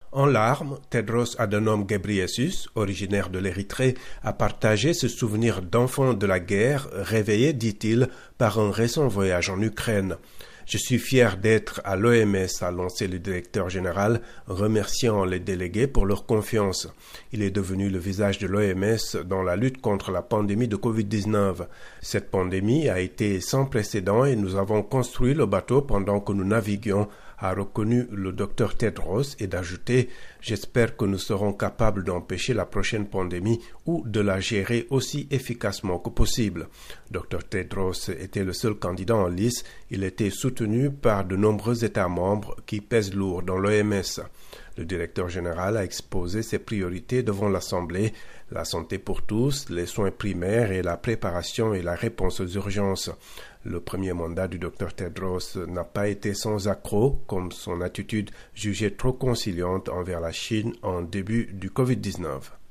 En larmes, Tedros Adhanom Ghebreyesus, originaire de l'Érythrée, a partagé ce souvenir d'enfant de la guerre, réveillé, dit-il, par un récent voyage en Ukraine. Je suis fier d'être à l'OMS, a lancé le directeur général, remerciant les délégués pour leur confiance. Il est devenu le visage de l'OMS dans la lutte contre la pandémie de Covid-19. Cette pandémie a été sans précédent et nous avons construit le bateau pendant que nous naviguions, a reconnu le docteur Tedros et d'ajouter « J'espère que nous serons capables d'empêcher la prochaine pandémie ou de la gérer aussi efficacement que possible ». Dr Tedros était le seul candidat en lice. Il était soutenu par de nombreux États membres qui pèsent lourd dans l'OMS. Le directeur général a exposé ses priorités devant l'Assemblée, la santé pour tous, les soins primaires et la préparation et la réponse aux urgences. Le premier mandat du Dr Tedros n'a pas été sans accroc, comme son attitude jugée trop conciliante envers la Chine en début du Covid-19.